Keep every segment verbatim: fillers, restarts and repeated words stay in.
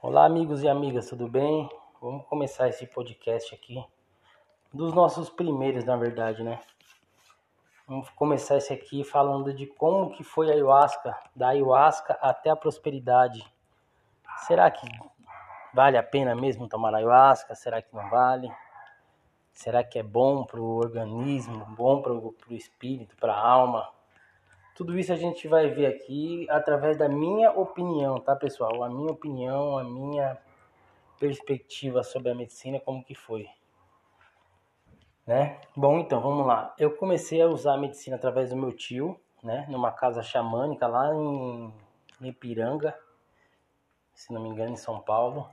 Olá, amigos e amigas, tudo bem? Vamos começar esse podcast aqui, dos nossos primeiros, na verdade, né? Vamos começar esse aqui falando de como que foi a ayahuasca, da ayahuasca até a prosperidade. Será que vale a pena mesmo tomar ayahuasca? Será que não vale? Será que é bom para o organismo, bom para o espírito, para a alma? Tudo isso a gente vai ver aqui através da minha opinião, tá, pessoal? A minha opinião, a minha perspectiva sobre a medicina, como que foi, né? Bom, então, vamos lá. Eu comecei a usar a medicina através do meu tio, né? Numa casa xamânica lá em Ipiranga, se não me engano, em São Paulo.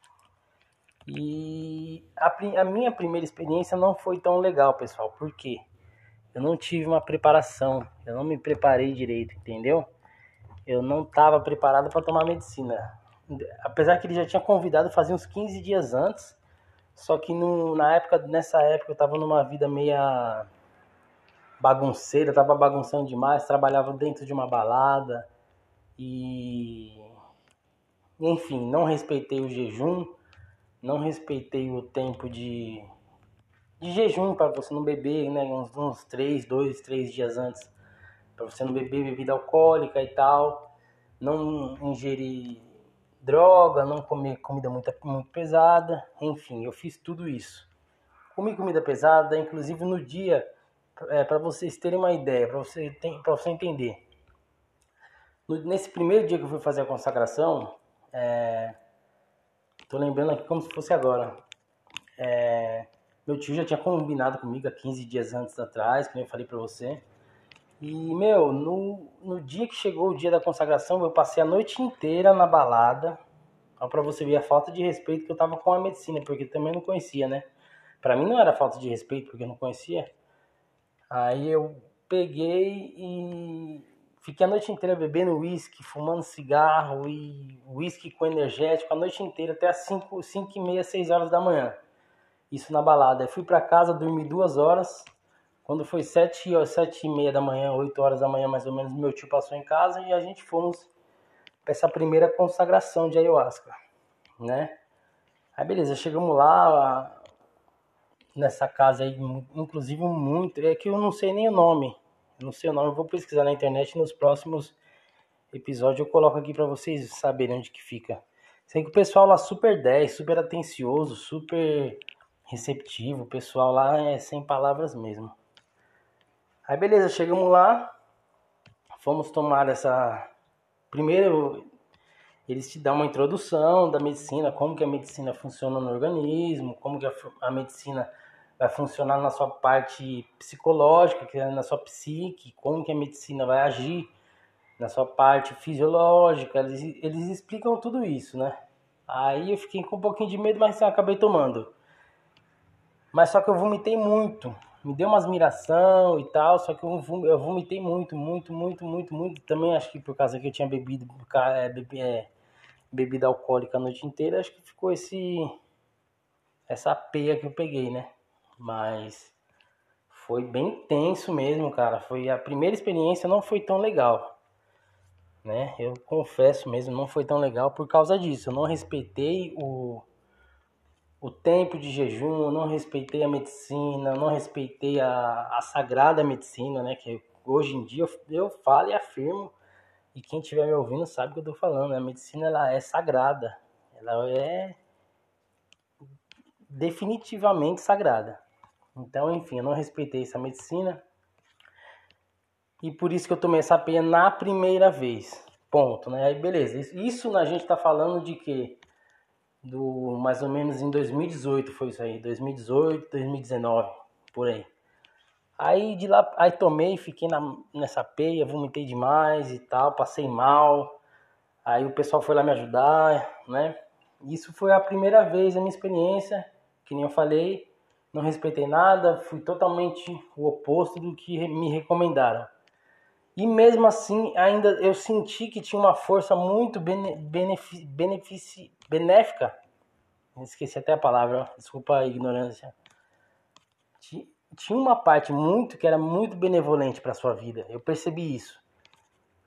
E a, a minha primeira experiência não foi tão legal, pessoal. Por quê? Eu não tive uma preparação, eu não me preparei direito, entendeu? Eu não estava preparado para tomar medicina. Apesar que ele já tinha convidado fazia uns quinze dias antes, só que no, na época, nessa época eu tava numa vida meia bagunceira, tava bagunçando demais, trabalhava dentro de uma balada e enfim, não respeitei o jejum, não respeitei o tempo de, de jejum para você não beber, né, uns, uns três, dois, três dias antes, para você não beber bebida alcoólica e tal, não ingerir droga, não comer comida muito, muito pesada, enfim, eu fiz tudo isso. Comi comida pesada, inclusive no dia, é, para vocês terem uma ideia, para você, para você entender. No, nesse primeiro dia que eu fui fazer a consagração, é, tô lembrando aqui como se fosse agora. É, meu tio já tinha combinado comigo há quinze dias antes atrás, como eu falei para você. E, meu, no, no dia que chegou o dia da consagração, eu passei a noite inteira na balada. Para você ver a falta de respeito que eu tava com a medicina, porque também não conhecia, né? Pra mim não era falta de respeito, porque eu não conhecia. Aí eu peguei e fiquei a noite inteira bebendo uísque, fumando cigarro e uísque com energético a noite inteira, até as cinco, cinco e meia, seis horas da manhã. Isso na balada. Eu fui pra casa, dormi duas horas. Quando foi sete, sete e meia da manhã, oito horas da manhã mais ou menos, meu tio passou em casa e a gente fomos pra essa primeira consagração de ayahuasca, né? Aí beleza, chegamos lá, nessa casa aí, inclusive muito, é que eu não sei nem o nome, eu não sei o nome, eu vou pesquisar na internet e nos próximos episódios eu coloco aqui pra vocês saberem onde que fica. Sei que o pessoal lá super dez, super atencioso, super receptivo, o pessoal lá é sem palavras mesmo. Aí beleza, chegamos lá, fomos tomar essa... Primeiro, eles te dão uma introdução da medicina, como que a medicina funciona no organismo, como que a, a medicina vai funcionar na sua parte psicológica, que é na sua psique, como que a medicina vai agir na sua parte fisiológica, eles, eles explicam tudo isso, né? Aí eu fiquei com um pouquinho de medo, mas eu acabei tomando. Mas só que eu vomitei muito, me deu umas miração e tal, só que eu, eu vomitei muito, muito, muito, muito, muito. Também acho que por causa que eu tinha bebido, é, bebi, é, bebida alcoólica a noite inteira, acho que ficou esse essa peia que eu peguei, né? Mas foi bem tenso mesmo, cara. Foi a primeira experiência, não foi tão legal, né? Eu confesso mesmo, não foi tão legal por causa disso. Eu não respeitei o o tempo de jejum, eu não respeitei a medicina, eu não respeitei a, a sagrada medicina, né? Que hoje em dia eu, eu falo e afirmo, e quem estiver me ouvindo sabe o que eu tô falando. A medicina, ela é sagrada, ela é definitivamente sagrada. Então, enfim, eu não respeitei essa medicina e por isso que eu tomei essa peia na primeira vez. Ponto, né? Aí beleza. Isso a gente tá falando de que do mais ou menos em dois mil e dezoito foi isso aí, dois mil e dezoito, dois mil e dezenove, por aí. Aí de lá, aí tomei, fiquei na, nessa peia, vomitei demais e tal, passei mal. Aí o pessoal foi lá me ajudar, né? Isso foi a primeira vez a minha experiência, que nem eu falei, não respeitei nada, fui totalmente o oposto do que me recomendaram. E mesmo assim, ainda eu senti que tinha uma força muito bene, benefici, benefici, benéfica. Esqueci até a palavra, desculpa a ignorância. Tinha uma parte muito que era muito benevolente para a sua vida. Eu percebi isso.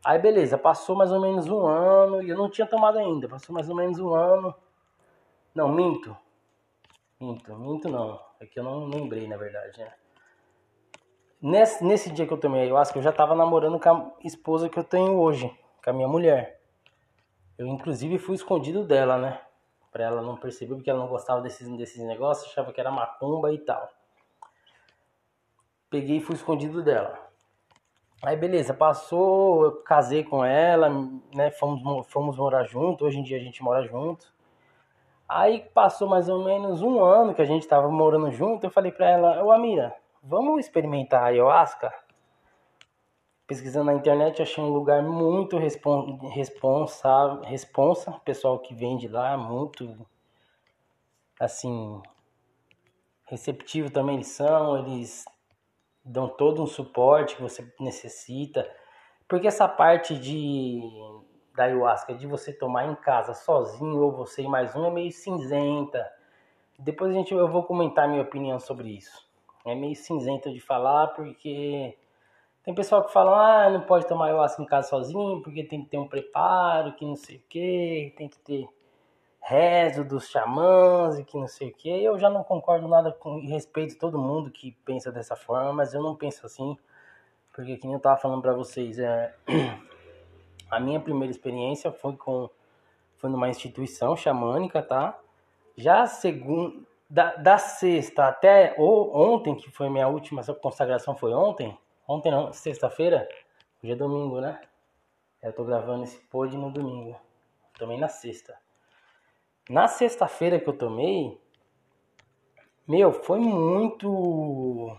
Aí beleza, passou mais ou menos um ano e eu não tinha tomado ainda. Passou mais ou menos um ano. Não, minto. Minto, minto não. É que eu não lembrei, na verdade, né? Nesse, nesse dia que eu tomei ayahuasca, eu já tava namorando com a esposa que eu tenho hoje, com a minha mulher. Eu, inclusive, fui escondido dela, né? Pra ela não perceber, porque ela não gostava desses, desses negócios, achava que era macumba e tal. Peguei e fui escondido dela. Aí, beleza, passou, eu casei com ela, né? Fomos, fomos morar junto, hoje em dia a gente mora junto. Aí passou mais ou menos um ano que a gente tava morando junto, eu falei pra ela, ô Amira, vamos experimentar a ayahuasca? Pesquisando na internet, achei um lugar muito respon responsa, responsa, pessoal que vende lá, muito, assim, receptivo também eles são, eles dão todo um suporte que você necessita, porque essa parte de da ayahuasca, de você tomar em casa sozinho ou você e mais um, é meio cinzenta. Depois a gente, eu vou comentar minha opinião sobre isso. É meio cinzenta de falar, porque tem pessoal que fala, ah, não pode tomar ayahuasca em casa sozinho, porque tem que ter um preparo, que não sei o que, tem que ter rezo dos xamãs e que não sei o que. Eu já não concordo nada com respeito a todo mundo que pensa dessa forma, mas eu não penso assim, porque que nem eu tava falando pra vocês, é, a minha primeira experiência foi com foi numa instituição xamânica, tá? Já a segunda, da, da sexta até ou, ontem, que foi minha última consagração, foi ontem, ontem não, sexta-feira, hoje é domingo, né? Eu tô gravando esse pod no domingo, tomei na sexta. Na sexta-feira que eu tomei, meu, foi muito...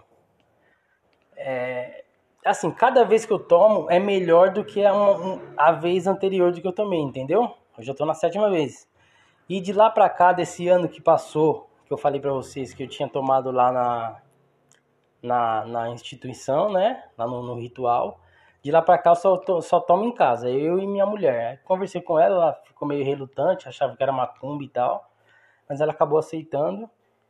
É, assim, cada vez que eu tomo é melhor do que a, uma, a vez anterior de que eu tomei, entendeu? Eu já tô na sétima vez. E de lá pra cá, desse ano que passou, que eu falei pra vocês que eu tinha tomado lá na, na, na instituição, né? Lá no, no ritual. De lá pra cá eu só, to, só tomo em casa, eu e minha mulher. Aí conversei com ela, ela ficou meio relutante, achava que era macumba e tal. Mas ela acabou aceitando.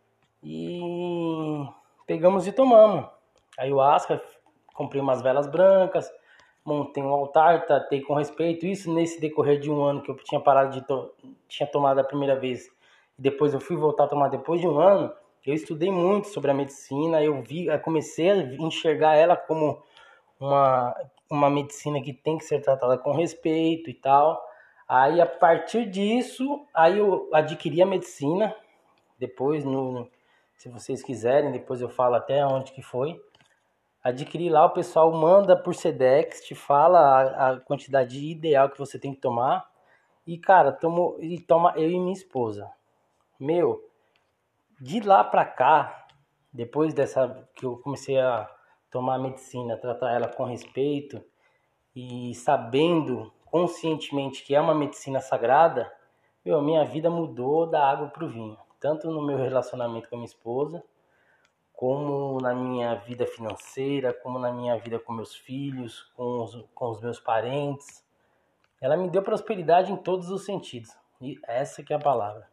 E pegamos e tomamos. Ayahuasca, comprei umas velas brancas, montei um altar, tratei com respeito. Isso nesse decorrer de um ano que eu tinha parado de to tinha tomado a primeira vez. Depois eu fui voltar a tomar depois de um ano. Eu estudei muito sobre a medicina, eu vi, eu comecei a enxergar ela como uma, uma medicina que tem que ser tratada com respeito e tal. Aí a partir disso, aí eu adquiri a medicina. Depois, no, se vocês quiserem, depois eu falo até onde que foi. Adquirir lá, o pessoal manda por Sedex, te fala a, a quantidade ideal que você tem que tomar. E, cara, tomo, e toma eu e minha esposa. Meu, de lá pra cá, depois dessa que eu comecei a tomar a medicina, tratar ela com respeito e sabendo conscientemente que é uma medicina sagrada, meu, minha vida mudou da água pro vinho. Tanto no meu relacionamento com a minha esposa, como na minha vida financeira, como na minha vida com meus filhos, com os, com os meus parentes. Ela me deu prosperidade em todos os sentidos. E essa que é a palavra.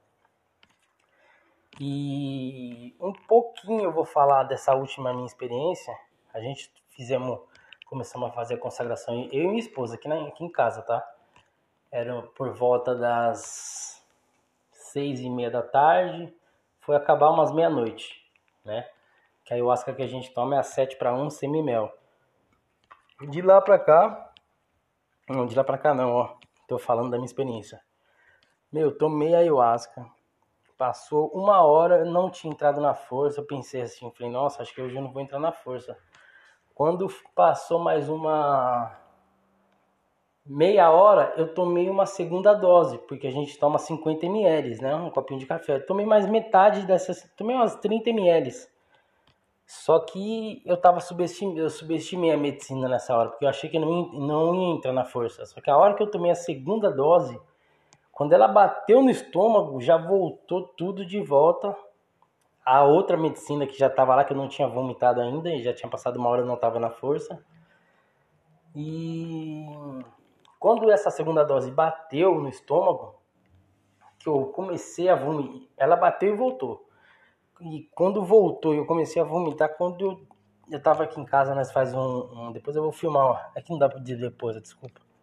E um pouquinho eu vou falar dessa última minha experiência. A gente fizemos, começamos a fazer a consagração, eu e minha esposa, aqui, na, aqui em casa, tá? Era por volta das seis e meia da tarde, foi acabar umas meia-noite, né? Que a ayahuasca que a gente toma é a sete para um semi-mel. De lá pra cá, não, de lá pra cá não, ó, tô falando da minha experiência. Meu, tomei a ayahuasca, passou uma hora, eu não tinha entrado na força, eu pensei assim, falei, nossa, acho que hoje eu não vou entrar na força. Quando passou mais uma meia hora, eu tomei uma segunda dose, porque a gente toma cinquenta mililitros, né? Um copinho de café. Eu tomei mais metade dessas, tomei umas trinta mililitros. Só que eu tava subestimando, eu subestimei a medicina nessa hora, porque eu achei que não ia, não ia entrar na força. Só que a hora que eu tomei a segunda dose, quando ela bateu no estômago, já voltou tudo de volta. A outra medicina que já tava lá, que eu não tinha vomitado ainda, e já tinha passado uma hora, eu não tava na força. E quando essa segunda dose bateu no estômago, que eu comecei a vomitar, ela bateu e voltou. E quando voltou, eu comecei a vomitar. Quando eu, eu tava aqui em casa, nós faz um, um... Depois eu vou filmar, ó. Aqui não dá pra dizer depois, desculpa.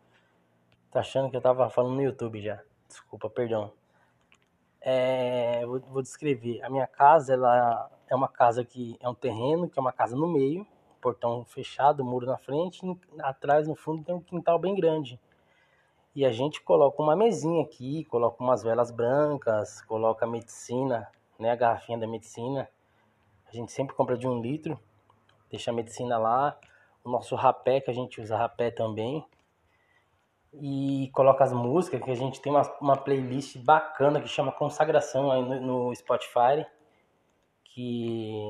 Tá achando que eu tava falando no YouTube já. Desculpa, perdão. É, vou, vou descrever. A minha casa, ela é uma casa que é um terreno, que é uma casa no meio, portão fechado, muro na frente, e atrás no fundo tem um quintal bem grande. E a gente coloca uma mesinha aqui, coloca umas velas brancas, coloca a medicina, né, a garrafinha da medicina. A gente sempre compra de um litro, deixa a medicina lá. O nosso rapé, que a gente usa rapé também. E coloca as músicas, que a gente tem uma, uma playlist bacana que chama Consagração aí no, no Spotify, que,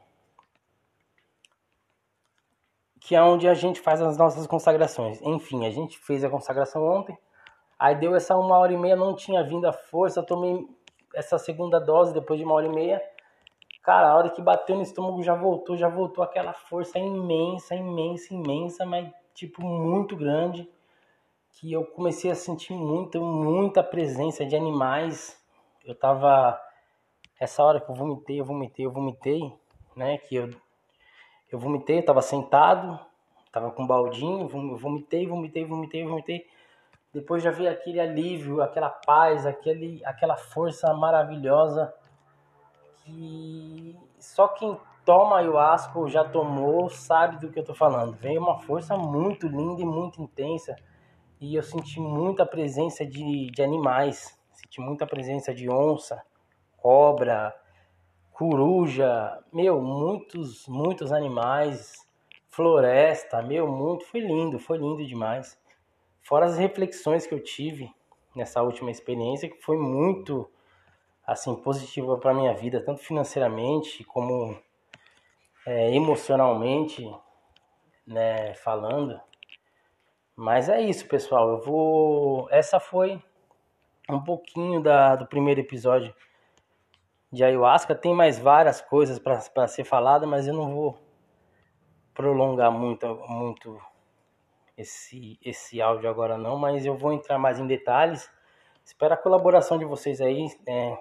que é onde a gente faz as nossas consagrações. Enfim, a gente fez a consagração ontem, aí deu essa uma hora e meia, não tinha vindo a força, eu tomei essa segunda dose depois de uma hora e meia. Cara, a hora que bateu no estômago já voltou, já voltou aquela força imensa, imensa, imensa, mas tipo muito grande, que eu comecei a sentir muita, muita presença de animais. Eu tava, essa hora que eu vomitei, eu vomitei, eu vomitei, né, que eu, eu vomitei, eu tava sentado, tava com um baldinho, eu vomitei, vomitei, vomitei, vomitei. Depois já veio aquele alívio, aquela paz, aquele, aquela força maravilhosa que só quem toma ayahuasca ou já tomou sabe do que eu tô falando. Veio uma força muito linda e muito intensa. E eu senti muita presença de, de animais, senti muita presença de onça, cobra, coruja, meu, muitos, muitos animais, floresta, meu, muito, foi lindo, foi lindo demais. Fora as reflexões que eu tive nessa última experiência, que foi muito, assim, positiva para minha vida, tanto financeiramente como é, emocionalmente, né, falando. Mas é isso, pessoal. Eu vou. Essa foi um pouquinho da, do primeiro episódio de ayahuasca. Tem mais várias coisas para ser falada, mas eu não vou prolongar muito, muito esse, esse áudio agora não. Mas eu vou entrar mais em detalhes. Espero a colaboração de vocês aí. É...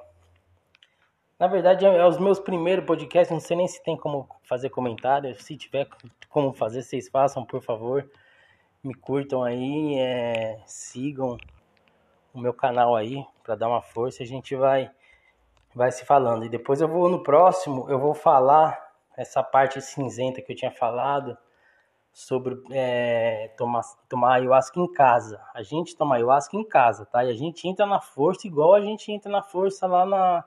Na verdade, é, é os meus primeiros podcasts. Não sei nem se tem como fazer comentário. Se tiver como fazer, vocês façam, por favor. Me curtam aí, é... sigam o meu canal aí para dar uma força. A gente vai vai se falando. E depois eu vou no próximo, eu vou falar essa parte cinzenta que eu tinha falado sobre é, tomar, tomar ayahuasca em casa. A gente toma ayahuasca em casa, tá? E a gente entra na força igual a gente entra na força lá na,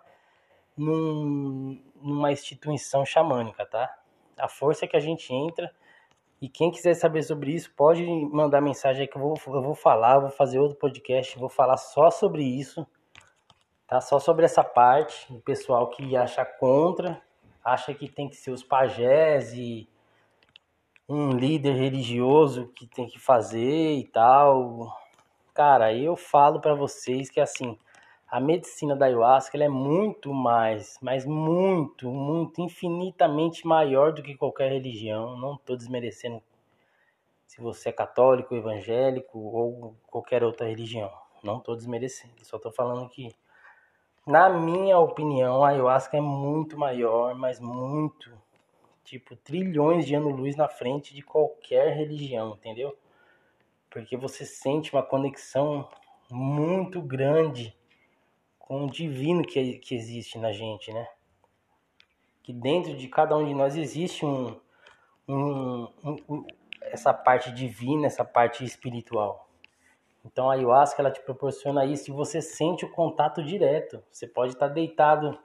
num, numa instituição xamânica, tá? A força que a gente entra. E quem quiser saber sobre isso, pode mandar mensagem aí que eu vou, eu vou falar, eu vou fazer outro podcast, vou falar só sobre isso. Tá? Só sobre essa parte, o pessoal que acha contra, acha que tem que ser os pajés e um líder religioso que tem que fazer e tal. Cara, eu falo pra vocês que assim, a medicina da ayahuasca ela é muito mais, mas muito, muito, infinitamente maior do que qualquer religião. Não tô desmerecendo se você é católico, evangélico ou qualquer outra religião. Não tô desmerecendo, só tô falando que na minha opinião, a ayahuasca é muito maior, mas muito, tipo, trilhões de anos-luz na frente de qualquer religião, entendeu? Porque você sente uma conexão muito grande com o divino que, que existe na gente, né? Que dentro de cada um de nós existe um, um, um, um essa parte divina, essa parte espiritual. Então a ayahuasca ela te proporciona isso e você sente o contato direto. Você pode estar deitado.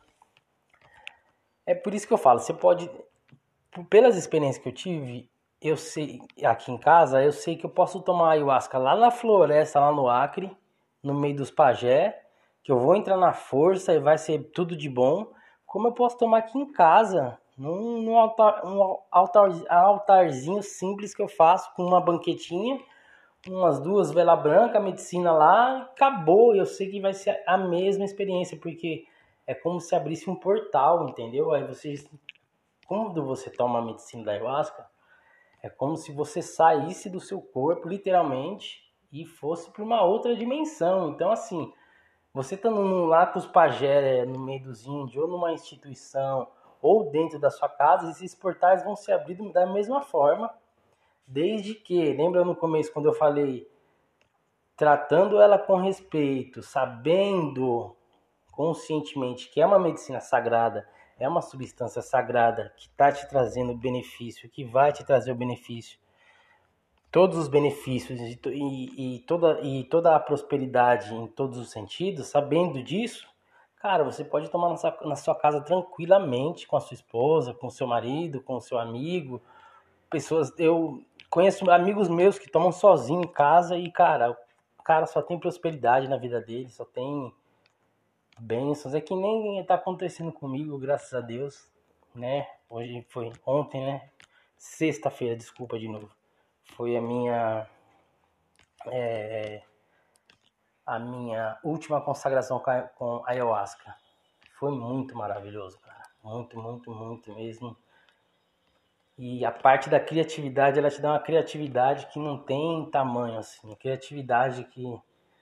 É por isso que eu falo, você pode, pelas experiências que eu tive, eu sei, aqui em casa, eu sei que eu posso tomar ayahuasca lá na floresta, lá no Acre, no meio dos pajé, que eu vou entrar na força e vai ser tudo de bom, como eu posso tomar aqui em casa, num, num altar, um altar, altarzinho simples que eu faço com uma banquetinha, umas duas velas brancas, a medicina lá, acabou. Eu sei que vai ser a mesma experiência, porque é como se abrisse um portal, entendeu? Aí você, quando você toma a medicina da ayahuasca, é como se você saísse do seu corpo, literalmente, e fosse para uma outra dimensão. Então, assim, você estando lá com os pajé no meio dos índios, ou numa instituição, ou dentro da sua casa, esses portais vão se abrir da mesma forma, desde que, lembra no começo quando eu falei tratando ela com respeito, sabendo conscientemente que é uma medicina sagrada, é uma substância sagrada que está te trazendo benefício, que vai te trazer o benefício, todos os benefícios e, e, e, toda, e toda a prosperidade em todos os sentidos, sabendo disso, cara, você pode tomar na sua, na sua casa tranquilamente, com a sua esposa, com o seu marido, com o seu amigo. Pessoas, eu conheço amigos meus que tomam sozinho em casa e, cara, o cara só tem prosperidade na vida dele, só tem bênçãos. É que nem está acontecendo comigo, graças a Deus, né? Hoje foi ontem, né? Sexta-feira, desculpa de novo. Foi a minha é, a minha última consagração com ayahuasca. Foi muito maravilhoso, cara. Muito, muito, muito mesmo. E a parte da criatividade, ela te dá uma criatividade que não tem tamanho, assim. Uma criatividade que...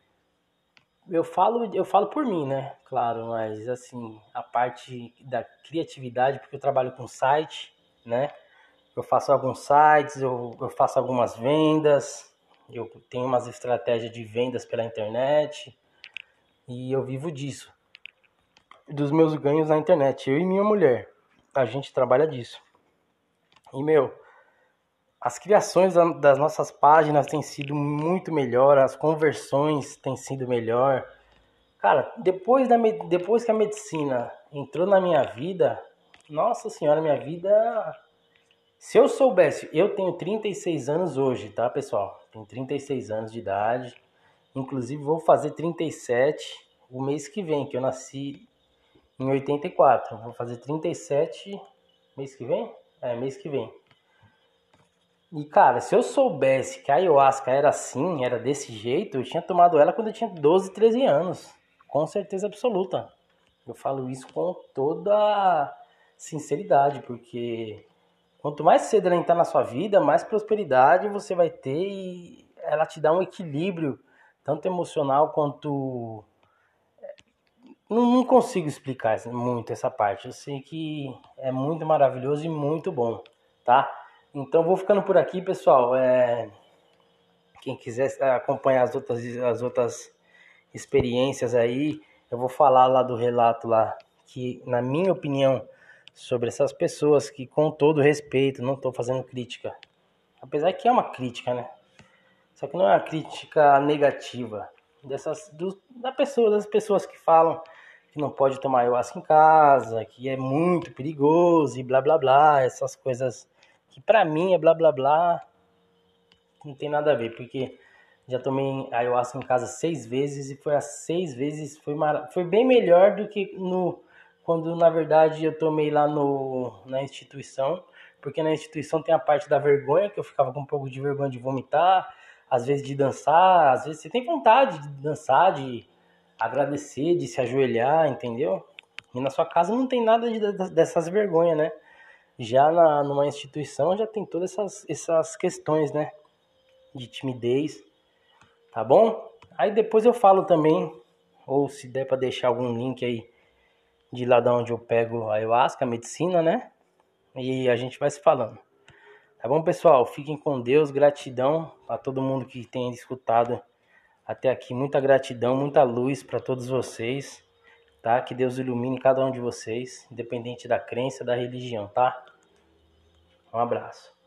Eu falo, eu falo por mim, né? Claro, mas assim, a parte da criatividade, porque eu trabalho com site, né? Eu faço alguns sites, eu, eu faço algumas vendas, eu tenho umas estratégias de vendas pela internet e eu vivo disso, dos meus ganhos na internet. Eu e minha mulher, a gente trabalha disso. E, meu, as criações das nossas páginas têm sido muito melhor, as conversões têm sido melhor. Cara, depois, da, depois que a medicina entrou na minha vida, nossa senhora, minha vida... Se eu soubesse, eu tenho trinta e seis anos hoje, tá, pessoal? Tenho trinta e seis anos de idade. Inclusive, vou fazer trinta e sete o mês que vem, que eu nasci em oitenta e quatro. Vou fazer trinta e sete mês que vem? É, mês que vem. E, cara, se eu soubesse que a ayahuasca era assim, era desse jeito, eu tinha tomado ela quando eu tinha doze, treze anos. Com certeza absoluta. Eu falo isso com toda sinceridade, porque... Quanto mais cedo ela entrar na sua vida, mais prosperidade você vai ter e ela te dá um equilíbrio, tanto emocional quanto... Não, não consigo explicar muito essa parte, eu sei que é muito maravilhoso e muito bom, tá? Então vou ficando por aqui, pessoal. É... Quem quiser acompanhar as outras, as outras experiências aí, eu vou falar lá do relato lá, que na minha opinião... sobre essas pessoas que, com todo respeito, não estou fazendo crítica. Apesar que é uma crítica, né? Só que não é uma crítica negativa. Dessas, do, da pessoa, das pessoas que falam que não pode tomar ayahuasca em casa, que é muito perigoso e blá blá blá. Essas coisas que pra mim é blá blá blá. Não tem nada a ver, porque já tomei ayahuasca em casa seis vezes e foi as seis vezes, foi, mar... foi bem melhor do que no... quando na verdade eu tomei lá no, na instituição, porque na instituição tem a parte da vergonha, que eu ficava com um pouco de vergonha de vomitar, às vezes de dançar, às vezes você tem vontade de dançar, de agradecer, de se ajoelhar, entendeu? E na sua casa não tem nada de, dessas vergonhas, né? Já na, numa instituição já tem todas essas, essas questões, né? De timidez, tá bom? Aí depois eu falo também, ou se der para deixar algum link aí, de lá de onde eu pego a ayahuasca, a medicina, né? E a gente vai se falando. Tá bom, pessoal? Fiquem com Deus. Gratidão a todo mundo que tem escutado até aqui. Muita gratidão, muita luz para todos vocês, tá? Que Deus ilumine cada um de vocês, independente da crença, da religião, tá? Um abraço.